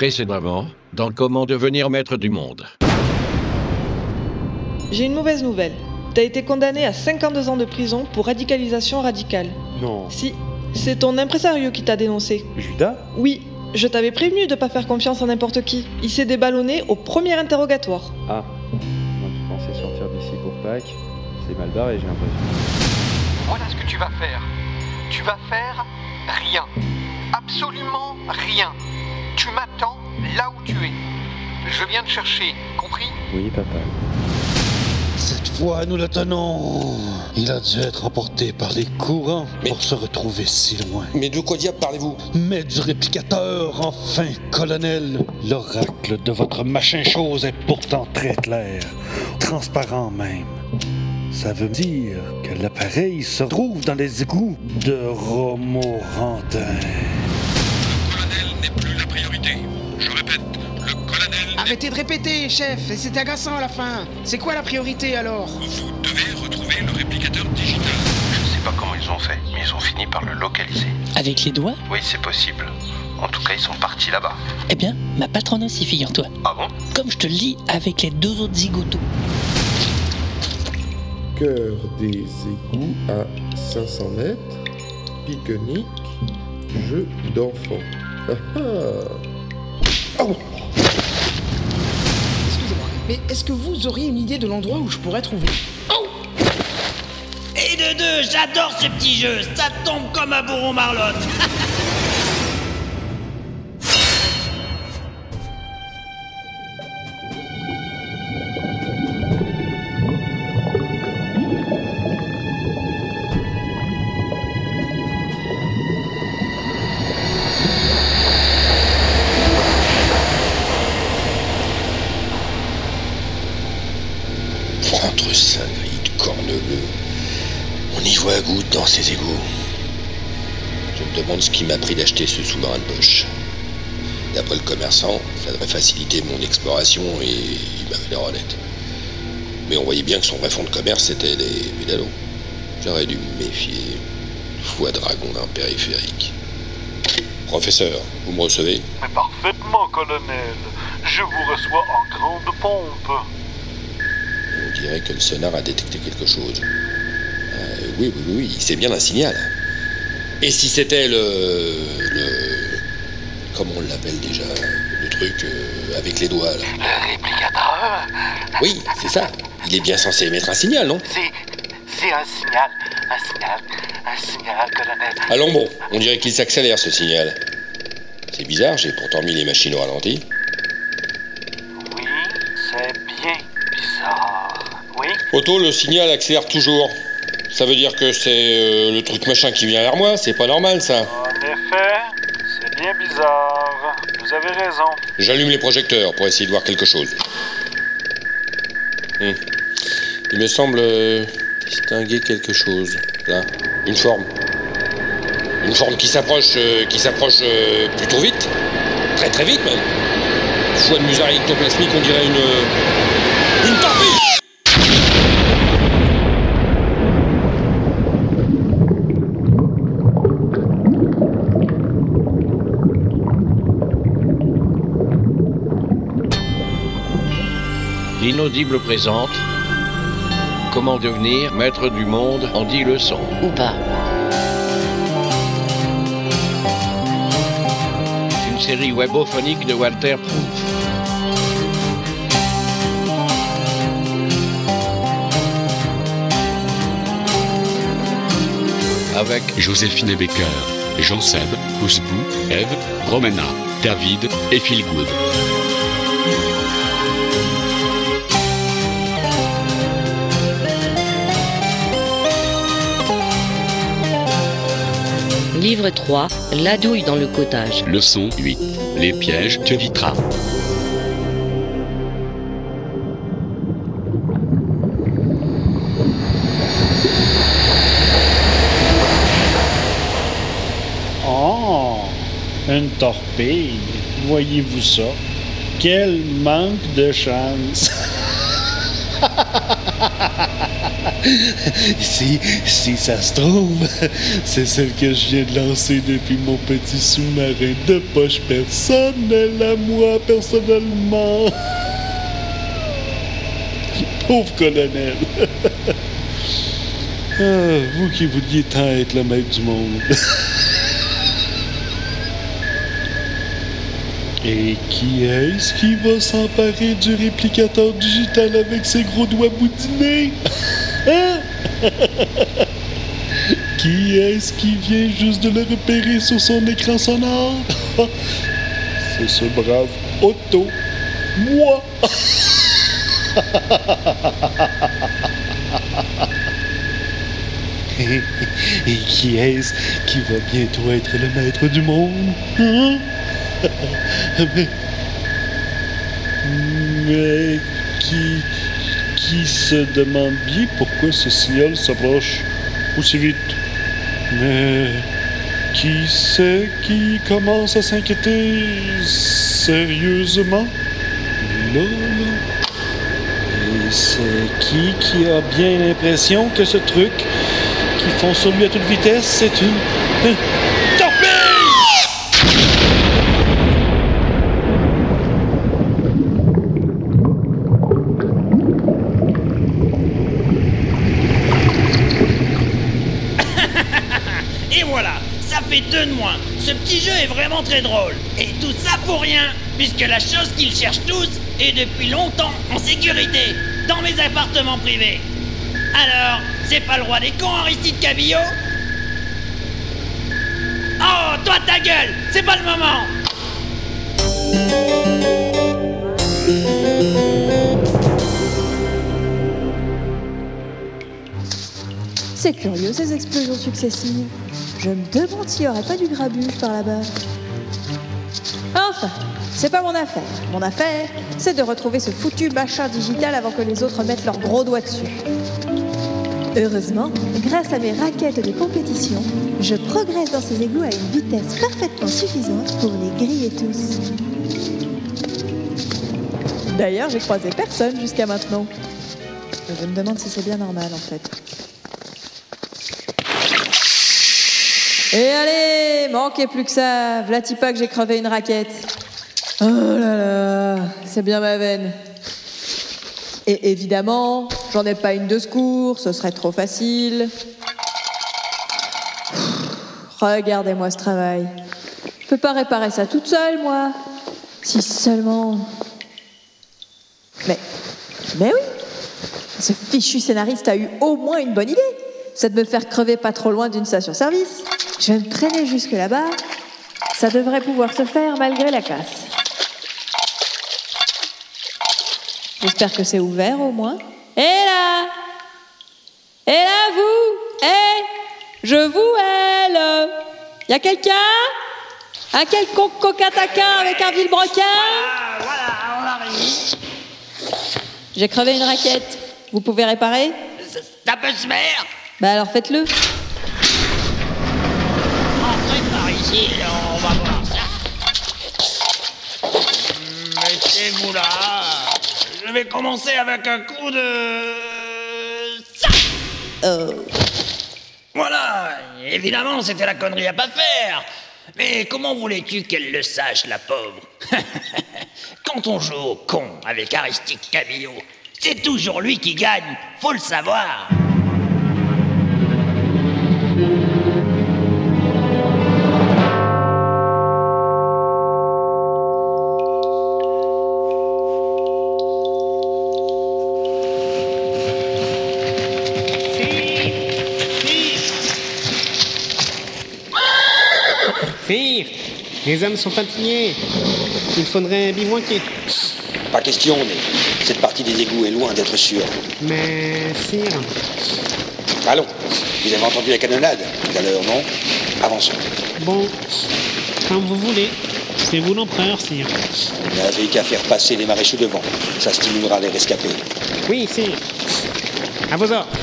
Précédemment, dans Comment devenir maître du monde. J'ai une mauvaise nouvelle. T'as été condamné à 52 ans de prison pour radicalisation radicale. Non. Si, c'est ton impresario qui t'a dénoncé. Judas? Oui, je t'avais prévenu de pas faire confiance à n'importe qui. Il s'est déballonné au premier interrogatoire. Ah. Moi qui pensais sortir d'ici pour Pâques, c'est mal barré, j'ai l'impression. Voilà ce que tu vas faire. Tu vas faire rien. Absolument rien. Tu m'attends là où tu es. Je viens te chercher, compris? Oui, papa. Cette fois, nous le tenons. Il a dû être emporté par les courants pour se retrouver si loin. Mais de quoi diable parlez-vous? Mais du réplicateur, enfin, colonel. L'oracle de votre machin-chose est pourtant très clair, transparent même. Ça veut dire que l'appareil se trouve dans les égouts de Romorantin. Le colonel n'est plus la priorité. Je répète, le colonel... Arrêtez de répéter, chef, c'est agaçant à la fin. C'est quoi la priorité alors? Vous devez retrouver le réplicateur digital. Je sais pas comment ils ont fait, mais ils ont fini par le localiser. Avec les doigts? Oui, c'est possible. En tout cas, ils sont partis là-bas. Eh bien, ma patronne aussi, figure-toi. Ah bon? Comme je te le dis, avec les deux autres zigotos. Cœur des égouts à 500 mètres, pique-nique, jeu d'enfant. Ah ah. Oh. Excusez-moi, mais est-ce que vous auriez une idée de l'endroit où je pourrais trouver? Oh! Et de deux, j'adore ce petit jeu, ça tombe comme un bourron marlotte. Entre singerie de corneleux, on y voit à goutte dans ces égouts. Je me demande ce qui m'a pris d'acheter ce sous-marin de poche. D'après le commerçant, ça devrait faciliter mon exploration et il m'avait l'air honnête. Mais on voyait bien que son vrai fonds de commerce c'était les pédalos. J'aurais dû me méfier. Foi dragon d'un périphérique. Professeur, vous me recevez? Mais parfaitement, colonel. Je vous reçois en grande pompe. On dirait que le sonar a détecté quelque chose. Oui, c'est bien un signal. Et si c'était le... Comment on l'appelle déjà? Le truc avec les doigts, là. Le réplicateur? Oui, c'est ça. Il est bien censé émettre un signal, non? C'est un signal. Un signal, colonel. Allons bon, on dirait qu'il s'accélère, ce signal. C'est bizarre, j'ai pourtant mis les machines au ralenti. Oui, c'est bien bizarre. Oui? Otto, le signal accélère toujours. Ça veut dire que c'est le truc machin qui vient vers moi, c'est pas normal, ça. En effet, c'est bien bizarre. Vous avez raison. J'allume les projecteurs pour essayer de voir quelque chose. Il me semble distinguer quelque chose. Là, une forme. Une forme qui s'approche plutôt vite. Très très vite même. Foi de musard ectoplasmique, on dirait une torpille. L'inaudible présente Comment devenir maître du monde en 10 leçons. Ou pas. Une série webophonique de Walter Proof. Avec Joséphine Baker, Jean-Seb, Ousbou, Eve, Romana, David et Philgood. Livre 3, La douille dans le cottage. Leçon 8. Les pièges de Vitra. Oh, une torpille. Voyez-vous ça? Quel manque de chance. Si ça se trouve, c'est celle que je viens de lancer depuis mon petit sous-marin de poche personnelle à moi, personnellement. Pauvre colonel. Vous qui vouliez tant être le maître du monde. Et qui est-ce qui va s'emparer du réplicateur digital avec ses gros doigts boudinés? Hein? Qui est-ce qui vient juste de le repérer sur son écran sonore? C'est ce brave Otto. Moi! Et qui est-ce qui va bientôt être le maître du monde? Hein? Mais qui se demande bien pourquoi ce signal s'approche aussi vite. Mais qui c'est qui commence à s'inquiéter sérieusement? Là. Et c'est qui a bien l'impression que ce truc qui fonce sur lui à toute vitesse, c'est une torpille! Et voilà, ça fait 2 de moins. Ce petit jeu est vraiment très drôle. Et tout ça pour rien, puisque la chose qu'ils cherchent tous est depuis longtemps en sécurité, dans mes appartements privés. Alors, c'est pas le roi des cons, Aristide Cabillot? Oh, toi ta gueule, c'est pas le moment! C'est curieux ces explosions successives. Je me demande s'il n'y aurait pas du grabuge par là-bas. Enfin, c'est pas mon affaire. Mon affaire, c'est de retrouver ce foutu machin digital avant que les autres mettent leurs gros doigts dessus. Heureusement, grâce à mes raquettes de compétition, je progresse dans ces égouts à une vitesse parfaitement suffisante pour les griller tous. D'ailleurs, j'ai croisé personne jusqu'à maintenant. Je me demande si c'est bien normal en fait. Et allez, manquez plus que ça. V'là-t-il pas que j'ai crevé une raquette. Oh là là, c'est bien ma veine. Et évidemment, j'en ai pas une de secours, ce serait trop facile. Regardez-moi ce travail. Je peux pas réparer ça toute seule, moi. Si seulement... Mais oui, ce fichu scénariste a eu au moins une bonne idée. C'est de me faire crever pas trop loin d'une station-service. Je vais me traîner jusque là-bas. Ça devrait pouvoir se faire malgré la casse. J'espère que c'est ouvert au moins. Et là, vous, je vous hèle. Y a quelqu'un? Un quelconque coca-taquin avec un vilebrequin? Voilà, on arrive. J'ai crevé une raquette. Vous pouvez réparer? Ça peut se faire. Bah alors faites-le. Entrez par ici, on va voir ça. Mettez-vous là. Je vais commencer avec un coup de... ça. Oh. Voilà, évidemment, c'était la connerie à pas faire. Mais comment voulais-tu qu'elle le sache, la pauvre? Quand on joue au con avec Aristide Cabillot, c'est toujours lui qui gagne, faut le savoir. Sire, les hommes sont fatigués. Il faudrait bivouaquer. Pas question, mais cette partie des égouts est loin d'être sûre. Mais, sire... Allons, vous avez entendu la canonnade tout à l'heure, non? Avançons. Bon, comme vous voulez. C'est vous l'empereur, sire. Vous n'avez qu'à faire passer les maréchaux devant. Ça stimulera les rescapés. Oui, sire. À vos ordres.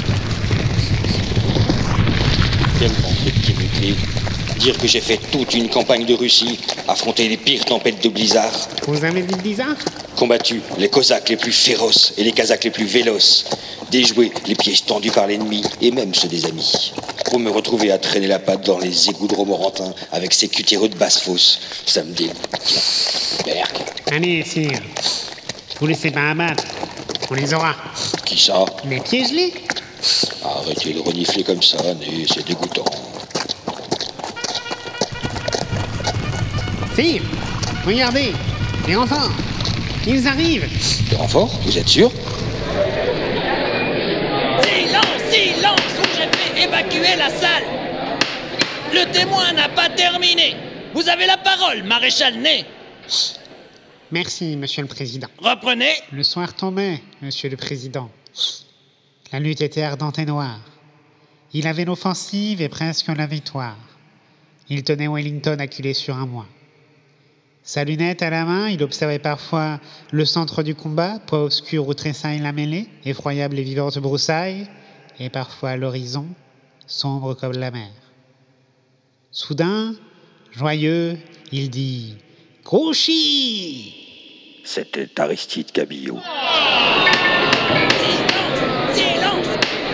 Quel manque de petit muclé. Dire que j'ai fait toute une campagne de Russie, affronter les pires tempêtes de blizzard. Vous avez dit blizzard? Combattu les Cosaques les plus féroces et les Kazakhs les plus véloces. Déjoué les pièges tendus par l'ennemi et même ceux des amis. Pour me retrouver à traîner la patte dans les égouts de Romorantin avec ces cutéreux de basse-fosse, ça me dégoûte. Berk. Allez, sire. Vous laissez pas abattre. On les aura. Qui ça? Les pieds gelés. Arrêtez de renifler comme ça, Né, c'est dégoûtant. Sire, regardez, les renforts. Ils arrivent. Les renforts? Vous êtes sûr? Silence ou j'ai fait évacuer la salle. Le témoin n'a pas terminé. Vous avez la parole, maréchal Ney. Merci, monsieur le président. Reprenez. Le soir tombait, monsieur le président. La lutte était ardente et noire. Il avait l'offensive et presque la victoire. Il tenait Wellington acculé sur un mois. Sa lunette à la main, il observait parfois le centre du combat, poids obscur où tressaille la mêlée, effroyable et vivante broussaille, et parfois l'horizon, sombre comme la mer. Soudain, joyeux, il dit « Grouchy !» C'était Aristide Cabillot. Silence!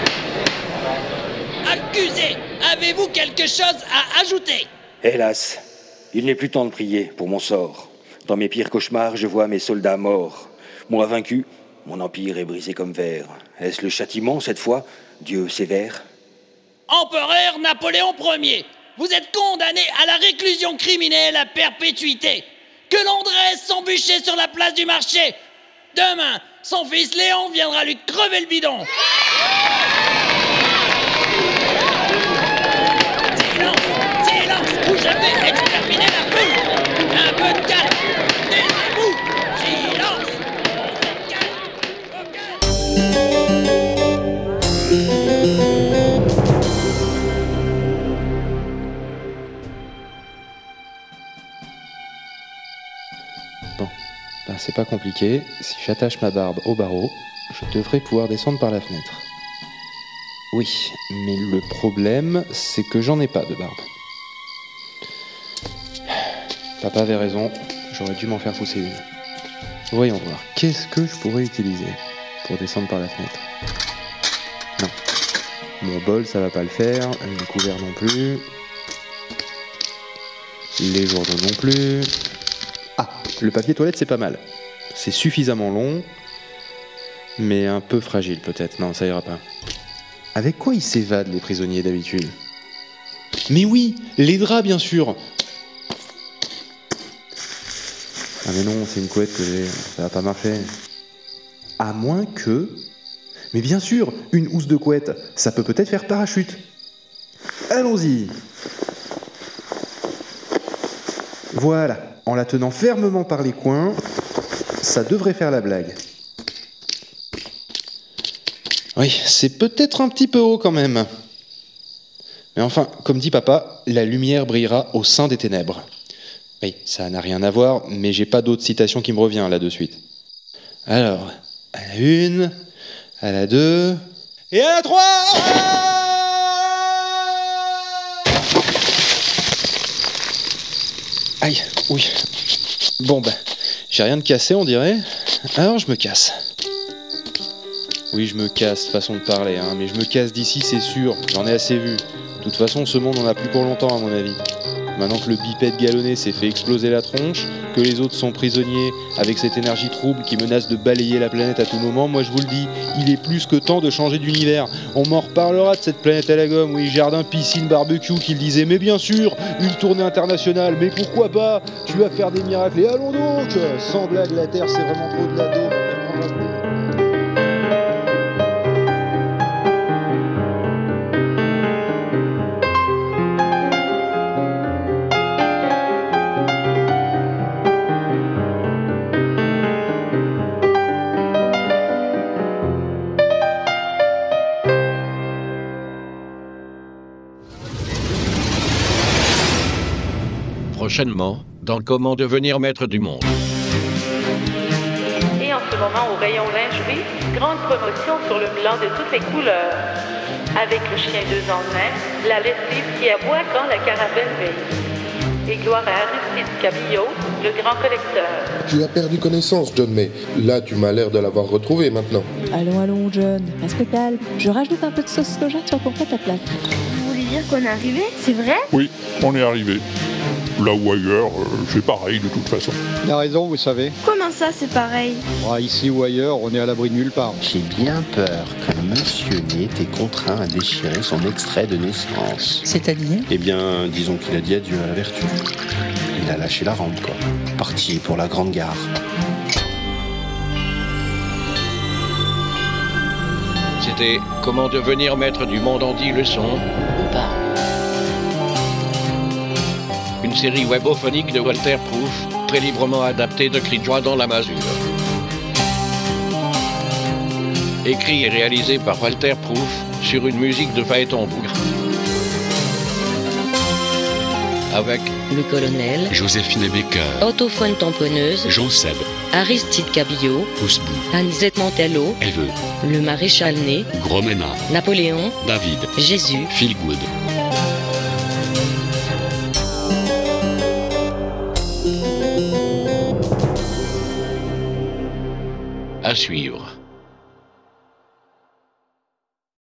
Accusé, avez-vous quelque chose à ajouter? Hélas, il n'est plus temps de prier pour mon sort. Dans mes pires cauchemars, je vois mes soldats morts. Moi vaincu, mon empire est brisé comme verre. Est-ce le châtiment, cette fois, Dieu sévère? Empereur Napoléon Ier, vous êtes condamné à la réclusion criminelle à perpétuité. Que l'on dresse son bûcher sur la place du marché. Demain, son fils Léon viendra lui crever le bidon. Silence, ou je vais exterminer la foule. Un peu de calme. Taisez-vous. Silence. Bon, ben c'est pas compliqué. Si j'attache ma barbe au barreau, je devrais pouvoir descendre par la fenêtre. Oui, mais le problème, c'est que j'en ai pas de barbe. Papa avait raison, j'aurais dû m'en faire pousser une. Voyons voir, qu'est-ce que je pourrais utiliser pour descendre par la fenêtre? Non. Mon bol, ça va pas le faire, les couverts non plus. Les journaux non plus. Ah, le papier toilette, c'est pas mal. C'est suffisamment long, mais un peu fragile peut-être. Non, ça ira pas. Avec quoi ils s'évadent, les prisonniers, d'habitude? Mais oui, les draps, bien sûr. Ah mais non, c'est une couette que j'ai, ça va pas marcher. À moins que... Mais bien sûr, une housse de couette, ça peut peut-être faire parachute. Allons-y. Voilà, en la tenant fermement par les coins, ça devrait faire la blague. Oui, c'est peut-être un petit peu haut quand même. Mais enfin, comme dit papa, la lumière brillera au sein des ténèbres. Oui, ça n'a rien à voir, mais j'ai pas d'autre citation qui me revient là de suite. Alors, à la 1, à la 2, et à la 3 ! Aïe, oui. Bon ben, j'ai rien de cassé on dirait, alors je me casse. Oui, je me casse, façon de parler, hein, mais je me casse d'ici, c'est sûr, j'en ai assez vu. De toute façon, ce monde, on a plus pour longtemps, à mon avis. Maintenant que le bipède galonné s'est fait exploser la tronche, que les autres sont prisonniers avec cette énergie trouble qui menace de balayer la planète à tout moment, moi je vous le dis, il est plus que temps de changer d'univers. On m'en reparlera de cette planète à la gomme, oui, jardin, piscine, barbecue, qu'il disait, mais bien sûr, une tournée internationale, mais pourquoi pas? Tu vas faire des miracles, et allons donc! Sans blague, la Terre, c'est vraiment trop de la daube. Prochainement, dans Comment devenir maître du monde. Et en ce moment, au rayon lingerie, grande promotion sur le blanc de toutes les couleurs. Avec le chien 2 en 1, la lessive qui aboie quand la caravane veille. Et gloire à Aristide Camillo, le grand collecteur. Tu as perdu connaissance, John, mais là, tu m'as l'air de l'avoir retrouvé maintenant. Allons, John, reste calme. Je rajoute un peu de sauce soja sur ton pâte à plat. Vous voulez dire qu'on est arrivé? C'est vrai? Oui, on est arrivé. Là ou ailleurs, c'est pareil de toute façon. Il a raison, vous savez. Comment ça, c'est pareil? Ici ou ailleurs, on est à l'abri de nulle part. J'ai bien peur que Monsieur n'ait été contraint à déchirer son extrait de naissance. C'est-à-dire? Eh bien, disons qu'il a dit adieu à la vertu. Il a lâché la rampe, quoi. Parti pour la grande gare. C'était Comment devenir maître du monde en 10 leçons. Ou pas. Une série webophonique de Walter Proof, très librement adaptée de Cris de joie dans la masure. Écrit et réalisé par Walter Proof sur une musique de Phaéton Bougre. Avec le colonel, Joséphine Baker, Autophone tamponneuse, Jean Seb, Aristide Cabillot, Poussebou, Anisette Mantello, Eve, le maréchal Ney, Gromena, Napoléon, David, Jésus, Feelgood. à suivre.